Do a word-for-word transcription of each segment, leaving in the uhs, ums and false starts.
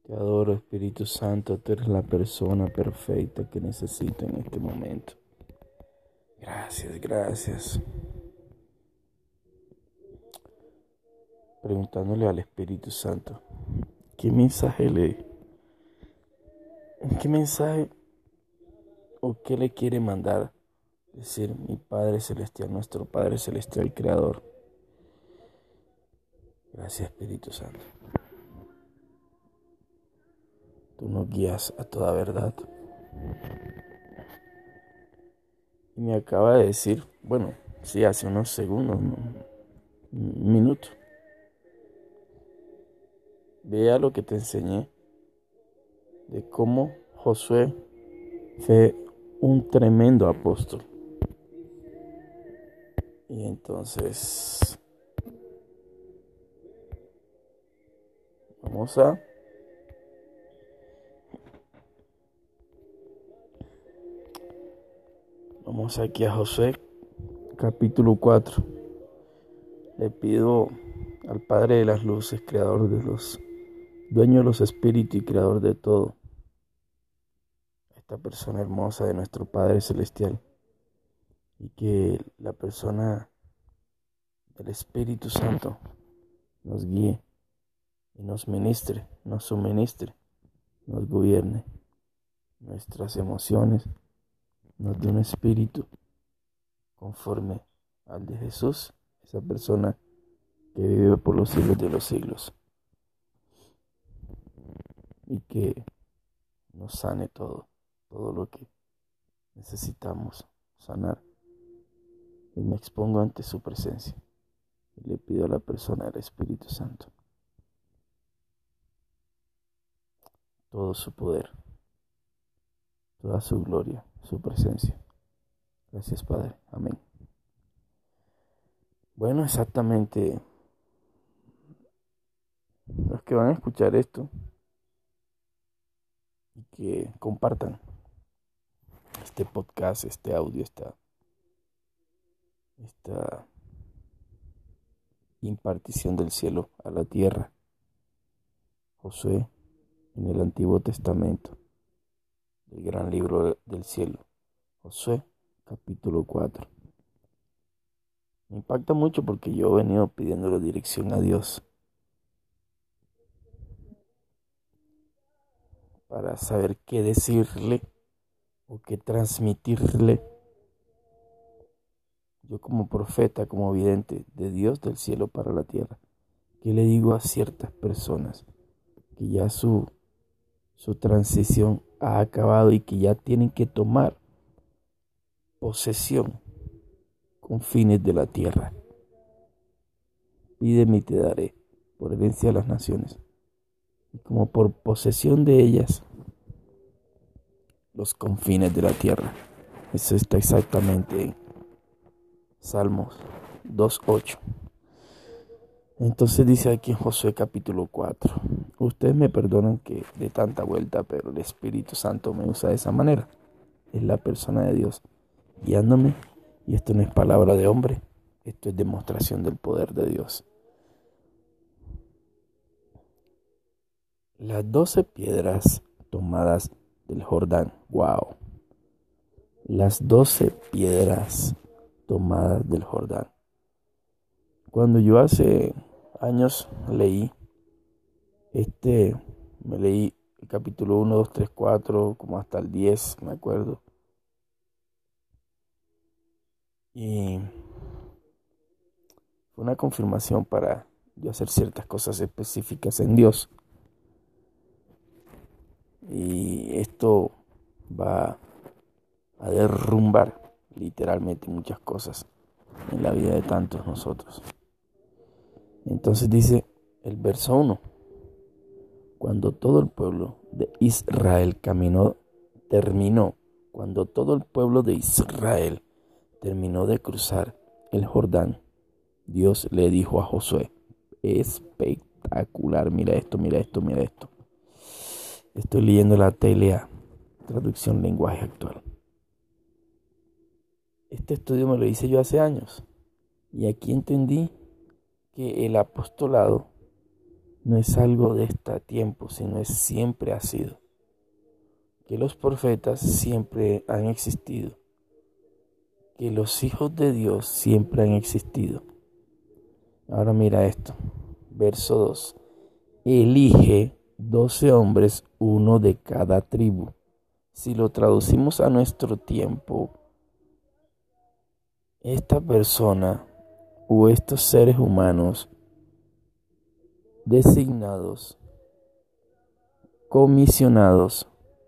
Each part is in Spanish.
Te adoro, Espíritu Santo, tú eres la persona perfecta que necesito en este momento. Gracias, gracias. Preguntándole al Espíritu Santo, ¿qué mensaje le, qué mensaje o qué le quiere mandar decir mi Padre Celestial, nuestro Padre Celestial Creador? Gracias, Espíritu Santo. Tú nos guías a toda verdad. Y me acaba de decir, bueno, sí, hace unos segundos, ¿no? Un minuto. Vea lo que te enseñé de cómo Josué fue un tremendo apóstol. Y entonces vamos a vamos aquí a Josué capítulo cuatro. Le pido al Padre de las luces, creador de los dueño de los espíritus y creador de todo, esta persona hermosa de nuestro Padre Celestial, y que la persona del Espíritu Santo nos guíe y nos ministre, nos suministre, nos gobierne nuestras emociones, nos dé un espíritu conforme al de Jesús, esa persona que vive por los siglos de los siglos, y que nos sane todo, todo lo que necesitamos sanar. Y me expongo ante su presencia y le pido a la persona del Espíritu Santo todo su poder, toda su gloria, su presencia. Gracias, Padre. Amén. Bueno, exactamente, los que van a escuchar esto y que compartan este podcast, este audio, esta, esta impartición del cielo a la tierra. Josué, en el Antiguo Testamento, el gran libro del cielo. Josué, capítulo cuatro. Me impacta mucho porque yo he venido pidiéndole dirección a Dios para saber qué decirle o qué transmitirle. Yo como profeta, como vidente de Dios del cielo para la tierra, ¿qué le digo a ciertas personas que ya su, su transición ha acabado y que ya tienen que tomar posesión con fines de la tierra? Pídeme y te daré por herencia de las naciones, y como por posesión de ellas los confines de la tierra. Eso está exactamente en Salmos dos ocho. Entonces dice aquí en Josué capítulo cuatro. Ustedes me perdonan que de tanta vuelta, pero el Espíritu Santo me usa de esa manera. Es la persona de Dios guiándome, y esto no es palabra de hombre, esto es demostración del poder de Dios. Las doce piedras tomadas del Jordán. Wow. Las doce piedras tomadas del Jordán. Cuando yo hace años leí este, me leí el capítulo uno, dos, tres, cuatro, como hasta el diez, me acuerdo. Y fue una confirmación para yo hacer ciertas cosas específicas en Dios. Y esto va a derrumbar literalmente muchas cosas en la vida de tantos nosotros. Entonces dice el verso uno. Cuando todo el pueblo de Israel caminó, terminó, cuando todo el pueblo de Israel terminó de cruzar el Jordán, Dios le dijo a Josué, espectacular, mira esto, mira esto, mira esto. Estoy leyendo la T L A, traducción lenguaje actual. Este estudio me lo hice yo hace años, y aquí entendí que el apostolado no es algo de este tiempo, sino es siempre ha sido. Que los profetas siempre han existido. Que los hijos de Dios siempre han existido. Ahora mira esto. Verso dos. Elige doce hombres, uno de cada tribu. Si lo traducimos a nuestro tiempo, esta persona o estos seres humanos designados, comisionados,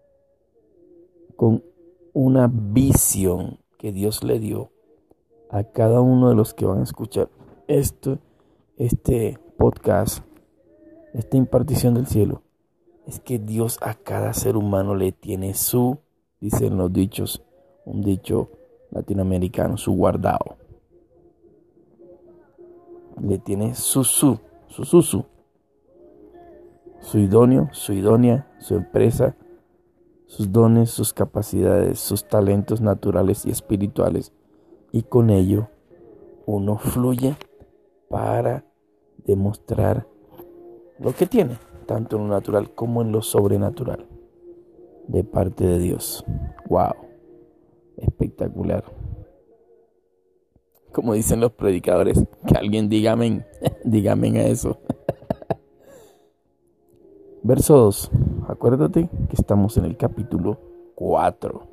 con una visión que Dios le dio a cada uno de los que van a escuchar esto, este podcast, esta impartición del cielo, es que Dios a cada ser humano le tiene su, dicen los dichos, un dicho latinoamericano, su guardado. Le tiene su su, su su su, su idóneo, su idónea, su empresa, sus dones, sus capacidades, sus talentos naturales y espirituales. Y con ello uno fluye para demostrar lo que tiene, tanto en lo natural como en lo sobrenatural, de parte de Dios. ¡Wow! Espectacular. Como dicen los predicadores, que alguien diga amén, diga amén a eso. Verso dos. Acuérdate que estamos en el capítulo cuatro.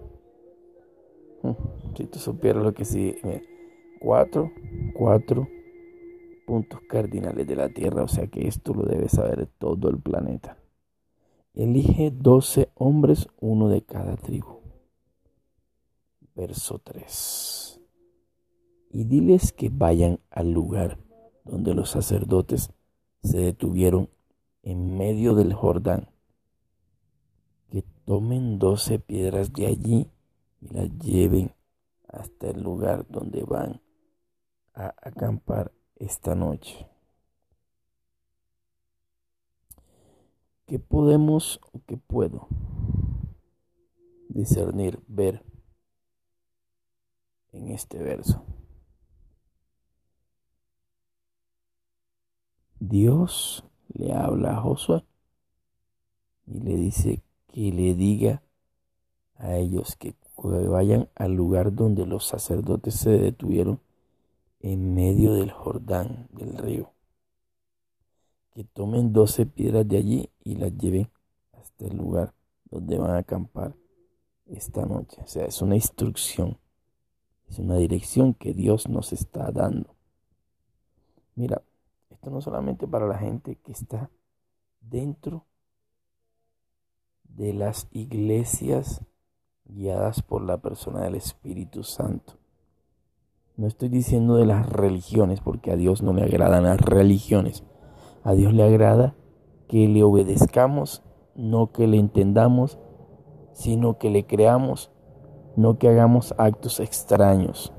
Si tú supieras lo que sigue. Cuatro, cuatro puntos cardinales de la tierra. O sea que esto lo debe saber todo el planeta. Elige doce hombres, uno de cada tribu. Verso tres. Y diles que vayan al lugar donde los sacerdotes se detuvieron en medio del Jordán, que tomen doce piedras de allí y las lleven hasta el lugar donde van a acampar esta noche. ¿Qué podemos o qué puedo discernir, ver en este verso? Dios le habla a Josué y le dice que le diga a ellos que vayan al lugar donde los sacerdotes se detuvieron en medio del Jordán, del río. Que tomen doce piedras de allí y las lleven hasta el lugar donde van a acampar esta noche. O sea, es una instrucción, es una dirección que Dios nos está dando. Mira, esto no solamente para la gente que está dentro de las iglesias guiadas por la persona del Espíritu Santo. No estoy diciendo de las religiones, porque a Dios no le agradan las religiones. A Dios le agrada que le obedezcamos, no que le entendamos, sino que le creamos, no que hagamos actos extraños.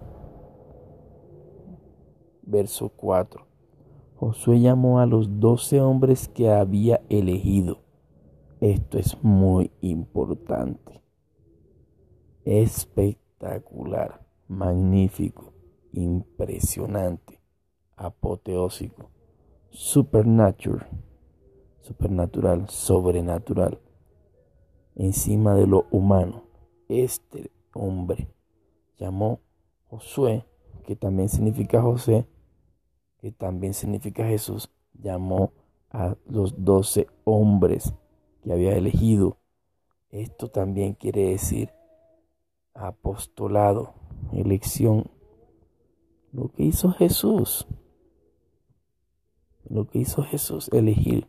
Verso cuatro. Josué llamó a los doce hombres que había elegido. Esto es muy importante. Espectacular, magnífico, impresionante, apoteósico, supernatural, supernatural, sobrenatural, encima de lo humano. Este hombre llamó Josué, que también significa José, que también significa Jesús, llamó a los doce hombres que había elegido. Esto también quiere decir apostolado, elección. Lo que hizo Jesús, lo que hizo Jesús, elegir.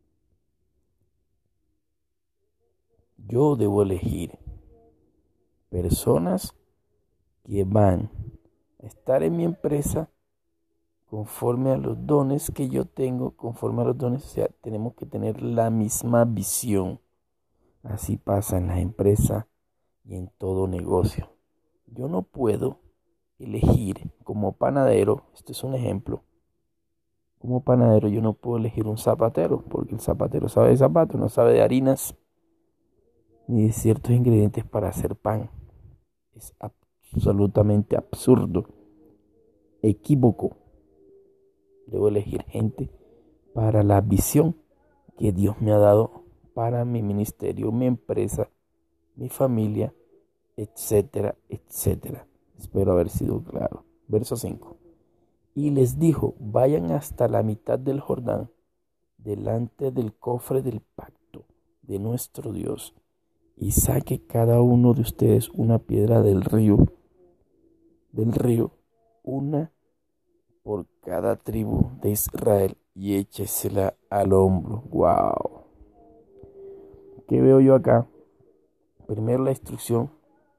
Yo debo elegir personas que van a estar en mi empresa conforme a los dones que yo tengo, conforme a los dones, o sea, tenemos que tener la misma visión. Así pasa en la empresa y en todo negocio. Yo no puedo elegir como panadero, este es un ejemplo, como panadero yo no puedo elegir un zapatero, porque el zapatero sabe de zapatos, no sabe de harinas ni de ciertos ingredientes para hacer pan. Es absolutamente absurdo, equívoco. Debo elegir gente para la visión que Dios me ha dado para mi ministerio, mi empresa, mi familia, etcétera, etcétera. Espero haber sido claro. Verso cinco. Y les dijo, vayan hasta la mitad del Jordán, delante del cofre del pacto de nuestro Dios, y saque cada uno de ustedes una piedra del río, del río, una por cada tribu de Israel, y échesela al hombro. Wow. ¿Qué veo yo acá? Primero la instrucción.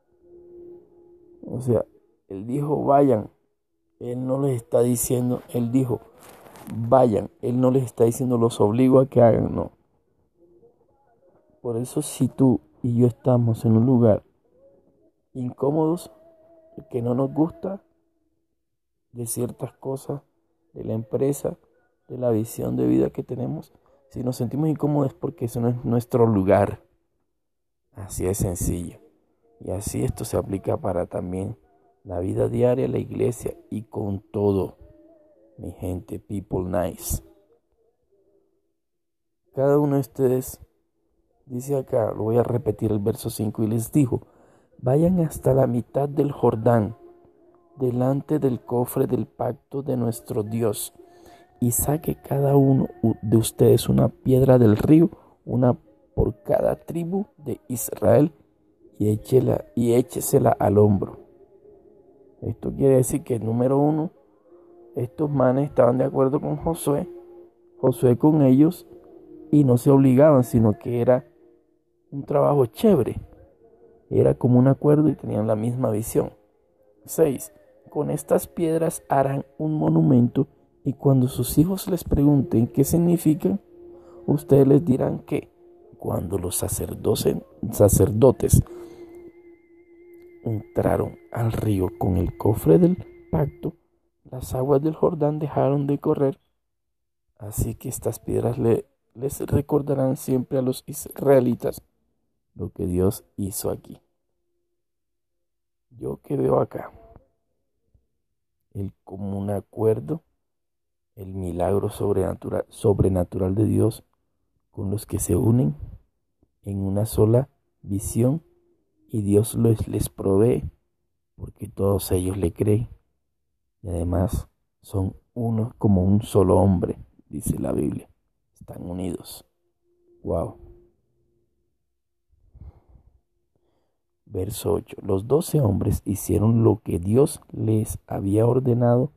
O sea, él dijo, vayan. Él no les está diciendo, él dijo, vayan. Él no les está diciendo, los obligo a que hagan, no. Por eso si tú y yo estamos en un lugar incómodos, que no nos gusta de ciertas cosas, de la empresa, de la visión de vida que tenemos, si nos sentimos incómodos es porque ese no es nuestro lugar. Así es sencillo. Y así esto se aplica para también la vida diaria, la iglesia y con todo, mi gente, people nice. Cada uno de ustedes, dice acá, lo voy a repetir el verso cinco, y les dijo, vayan hasta la mitad del Jordán, delante del cofre del pacto de nuestro Dios, y saque cada uno de ustedes una piedra del río, una por cada tribu de Israel, y échela, y échesela al hombro. Esto quiere decir que, número uno, estos manes estaban de acuerdo con Josué, Josué con ellos, y no se obligaban, sino que era un trabajo chévere. Era como un acuerdo y tenían la misma visión. seis. Con estas piedras harán un monumento, y cuando sus hijos les pregunten qué significan, ustedes les dirán que cuando los sacerdotes, sacerdotes entraron al río con el cofre del pacto, las aguas del Jordán dejaron de correr. Así que estas piedras le, les recordarán siempre a los israelitas lo que Dios hizo aquí. Yo que veo acá el común acuerdo, el milagro sobrenatural, sobrenatural de Dios con los que se unen en una sola visión, y Dios les, les provee porque todos ellos le creen y además son uno como un solo hombre, dice la Biblia. Están unidos. Wow. Verso ocho. Los doce hombres hicieron lo que Dios les había ordenado.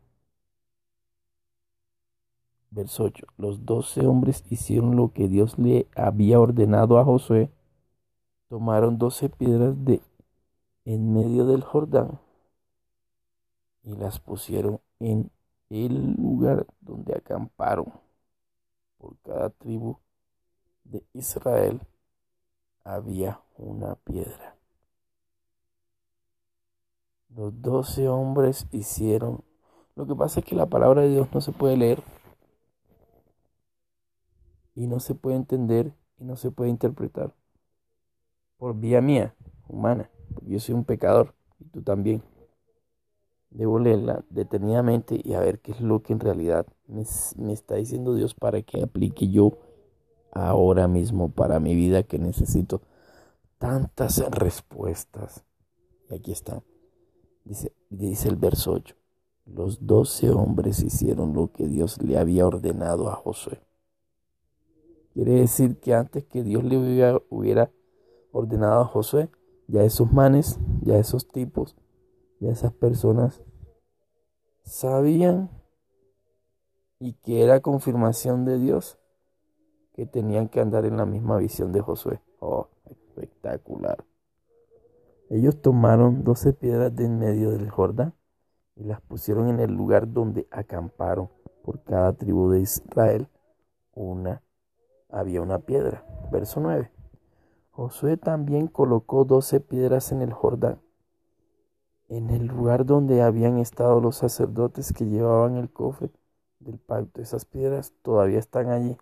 Verso ocho. Los doce hombres hicieron lo que Dios le había ordenado a Josué. Tomaron doce piedras de en medio del Jordán y las pusieron en el lugar donde acamparon. Por cada tribu de Israel había una piedra. Los doce hombres hicieron. Lo que pasa es que la palabra de Dios no se puede leer y no se puede entender y no se puede interpretar por vía mía, humana, porque yo soy un pecador y tú también. Debo leerla detenidamente y a ver qué es lo que en realidad me, me está diciendo Dios para que aplique yo ahora mismo para mi vida, que necesito tantas respuestas. Y aquí está. Dice, dice el verso ocho. Los doce hombres hicieron lo que Dios le había ordenado a Josué. Quiere decir que antes que Dios le hubiera, hubiera ordenado a Josué, ya esos manes, ya esos tipos, ya esas personas sabían, y que era confirmación de Dios, que tenían que andar en la misma visión de Josué. Oh, espectacular. Ellos tomaron doce piedras de en medio del Jordán y las pusieron en el lugar donde acamparon. Por cada tribu de Israel una había una piedra. Verso nueve. Josué también colocó doce piedras en el Jordán, en el lugar donde habían estado los sacerdotes que llevaban el cofre del pacto. Esas piedras todavía están allí.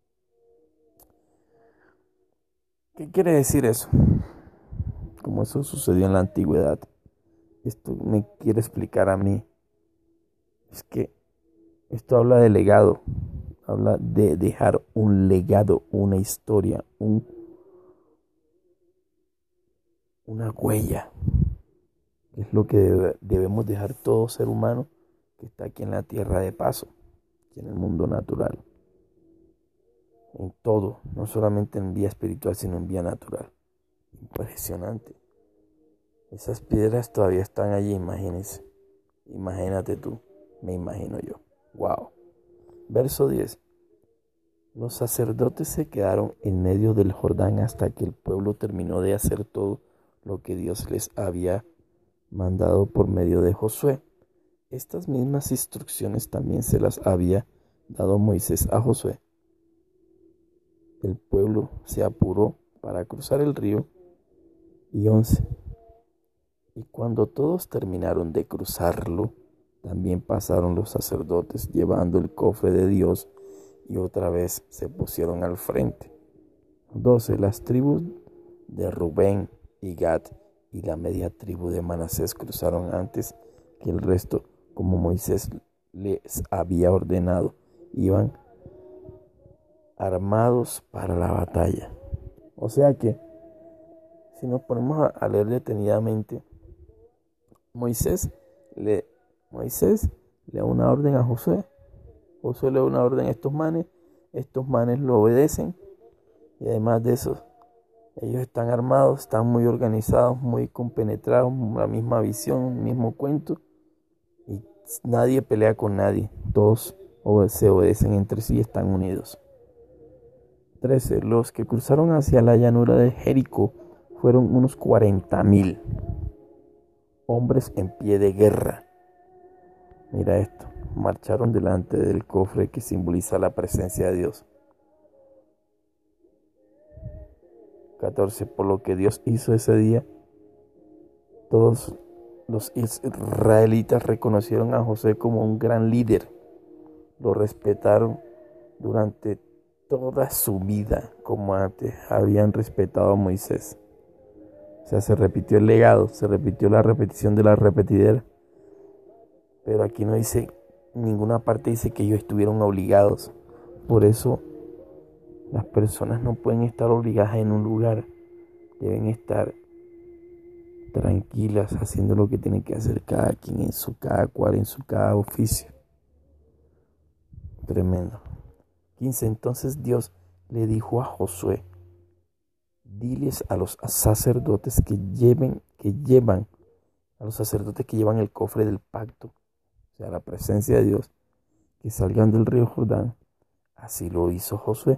¿Qué quiere decir eso? Como eso sucedió en la antigüedad. Esto me quiere explicar a mí. Es que esto habla de legado. habla de dejar un legado, una historia, un, una huella. Es lo que debe, debemos dejar todo ser humano que está aquí en la tierra de paso, aquí en el mundo natural. En todo, no solamente en vía espiritual, sino en vía natural. Impresionante. Esas piedras todavía están allí, imagínense. Imagínate tú, me imagino yo. Wow. Verso diez. Los sacerdotes se quedaron en medio del Jordán hasta que el pueblo terminó de hacer todo lo que Dios les había mandado por medio de Josué. Estas mismas instrucciones también se las había dado Moisés a Josué. El pueblo se apuró para cruzar el río. Y once. Y cuando todos terminaron de cruzarlo, también pasaron los sacerdotes llevando el cofre de Dios y otra vez se pusieron al frente. doce. Las tribus de Rubén y Gad y la media tribu de Manasés cruzaron antes que el resto, como Moisés les había ordenado. Iban armados para la batalla. O sea que, si nos ponemos a, a leer detenidamente, Moisés le, Moisés le da una orden a Josué. Josué le da una orden a estos manes. Estos manes lo obedecen. Y además de eso, ellos están armados, están muy organizados, muy compenetrados, la misma visión, el mismo cuento. Y nadie pelea con nadie. Todos se obedecen entre sí y están unidos. trece. Los que cruzaron hacia la llanura de Jericó fueron unos cuarenta mil hombres en pie de guerra. Mira esto. Marcharon delante del cofre que simboliza la presencia de Dios. catorce. Por lo que Dios hizo ese día, todos los israelitas reconocieron a José como un gran líder. Lo respetaron durante toda su vida, como antes habían respetado a Moisés. O sea, se repitió el legado, se repitió la repetición de la repetidera. Pero aquí no dice, en ninguna parte dice que ellos estuvieron obligados. Por eso las personas no pueden estar obligadas en un lugar. Deben estar tranquilas, haciendo lo que tiene que hacer cada quien en su cada cual, en su cada oficio. Tremendo. quince. Entonces Dios le dijo a Josué: diles a los sacerdotes que lleven, que llevan, a los sacerdotes que llevan el cofre del pacto, o sea, la presencia de Dios, que salgan del río Jordán. Así lo hizo Josué.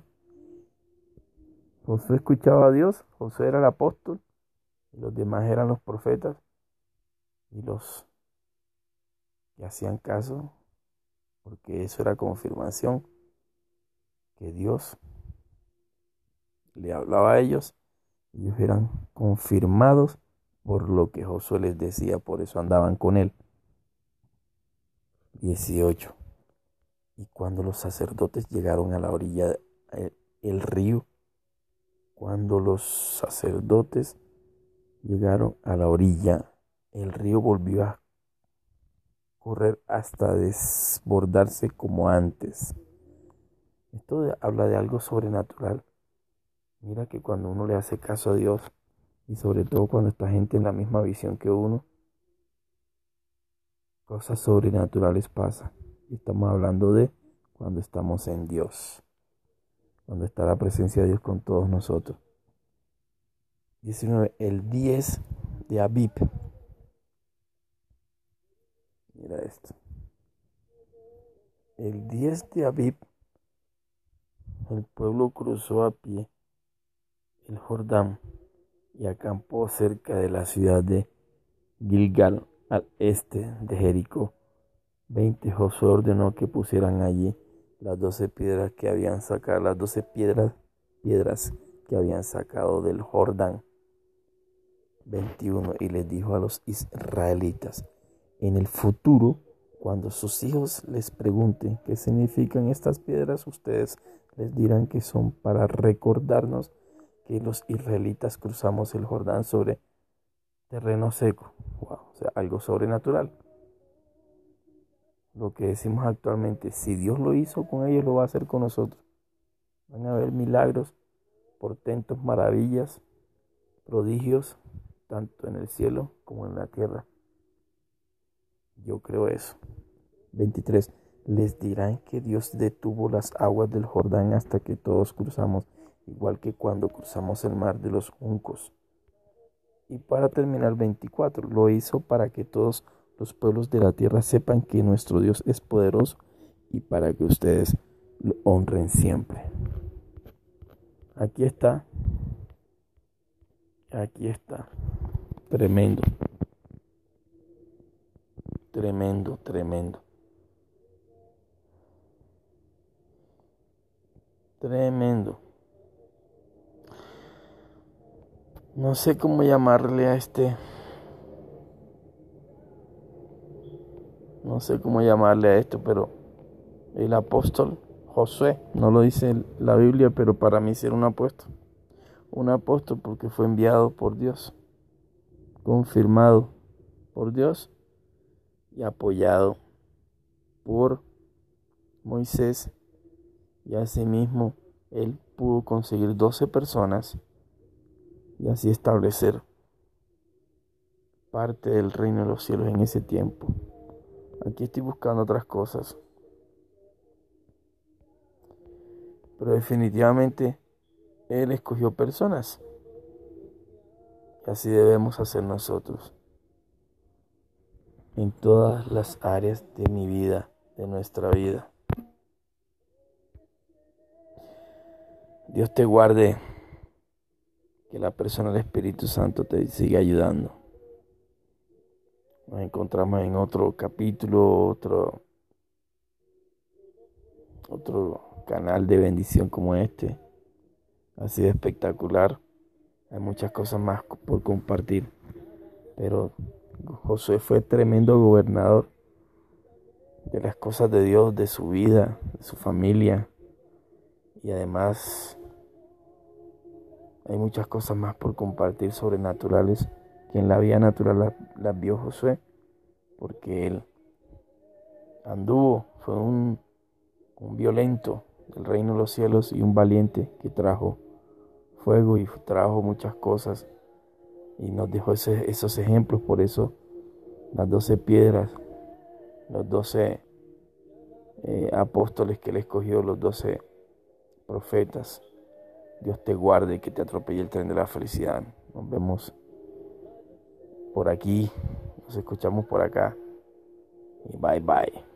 Josué escuchaba a Dios, Josué era el apóstol, y los demás eran los profetas, y los que hacían caso, porque eso era confirmación que Dios le hablaba a ellos. Ellos eran confirmados por lo que Josué les decía, por eso andaban con él. dieciocho. Y cuando los sacerdotes llegaron a la orilla del río, cuando los sacerdotes llegaron a la orilla, el río volvió a correr hasta desbordarse como antes. Esto de, habla de algo sobrenatural. Mira que cuando uno le hace caso a Dios, y sobre todo cuando está gente en la misma visión que uno, cosas sobrenaturales pasan. Y estamos hablando de cuando estamos en Dios, cuando está la presencia de Dios con todos nosotros. diecinueve. El diez de Abib. Mira esto. El diez de Abib, el pueblo cruzó a pie el Jordán y acampó cerca de la ciudad de Gilgal, al este de Jericó. veinte. Josué ordenó que pusieran allí las doce piedras que habían sacado, las doce piedras, piedras que habían sacado del Jordán. veintiuno. Y les dijo a los israelitas: en el futuro, cuando sus hijos les pregunten qué significan estas piedras, ustedes les dirán que son para recordarnos que los israelitas cruzamos el Jordán sobre terreno seco. Wow, o sea, algo sobrenatural. lo que decimos actualmente, si Dios lo hizo con ellos, lo va a hacer con nosotros. Van a haber milagros, portentos, maravillas, prodigios, tanto en el cielo como en la tierra. Yo creo eso. veintitrés. Les dirán que Dios detuvo las aguas del Jordán hasta que todos cruzamos, igual que cuando cruzamos el mar de los juncos. Y para terminar, veinticuatro. Lo hizo para que todos los pueblos de la tierra sepan que nuestro Dios es poderoso y para que ustedes lo honren siempre. Aquí está. Aquí está. Tremendo. Tremendo, tremendo. Tremendo. No sé cómo llamarle a este. No sé cómo llamarle a esto, pero el apóstol Josué, no lo dice la Biblia, pero para mí sí era un apóstol. Un apóstol porque fue enviado por Dios, confirmado por Dios y apoyado por Moisés. Y asimismo, él pudo conseguir doce personas y así establecer parte del reino de los cielos en ese tiempo. Aquí estoy buscando otras cosas, pero definitivamente Él escogió personas y así debemos hacer nosotros en todas las áreas de mi vida, de nuestra vida. Dios te guarde, que la persona del Espíritu Santo te siga ayudando. Nos encontramos en otro capítulo, otro, otro canal de bendición como este. Ha sido espectacular. Hay muchas cosas más por compartir. Pero Josué fue tremendo gobernador de las cosas de Dios, de su vida, de su familia. Y además hay muchas cosas más por compartir sobrenaturales que en la vida natural las, las vio Josué, porque él anduvo, fue un, un violento del reino de los cielos y un valiente que trajo fuego y trajo muchas cosas y nos dejó ese, esos ejemplos. Por eso las doce piedras, los doce eh, apóstoles que él escogió, los doce profetas. Dios te guarde y que te atropelle el tren de la felicidad. Nos vemos por aquí, nos escuchamos por acá y bye bye.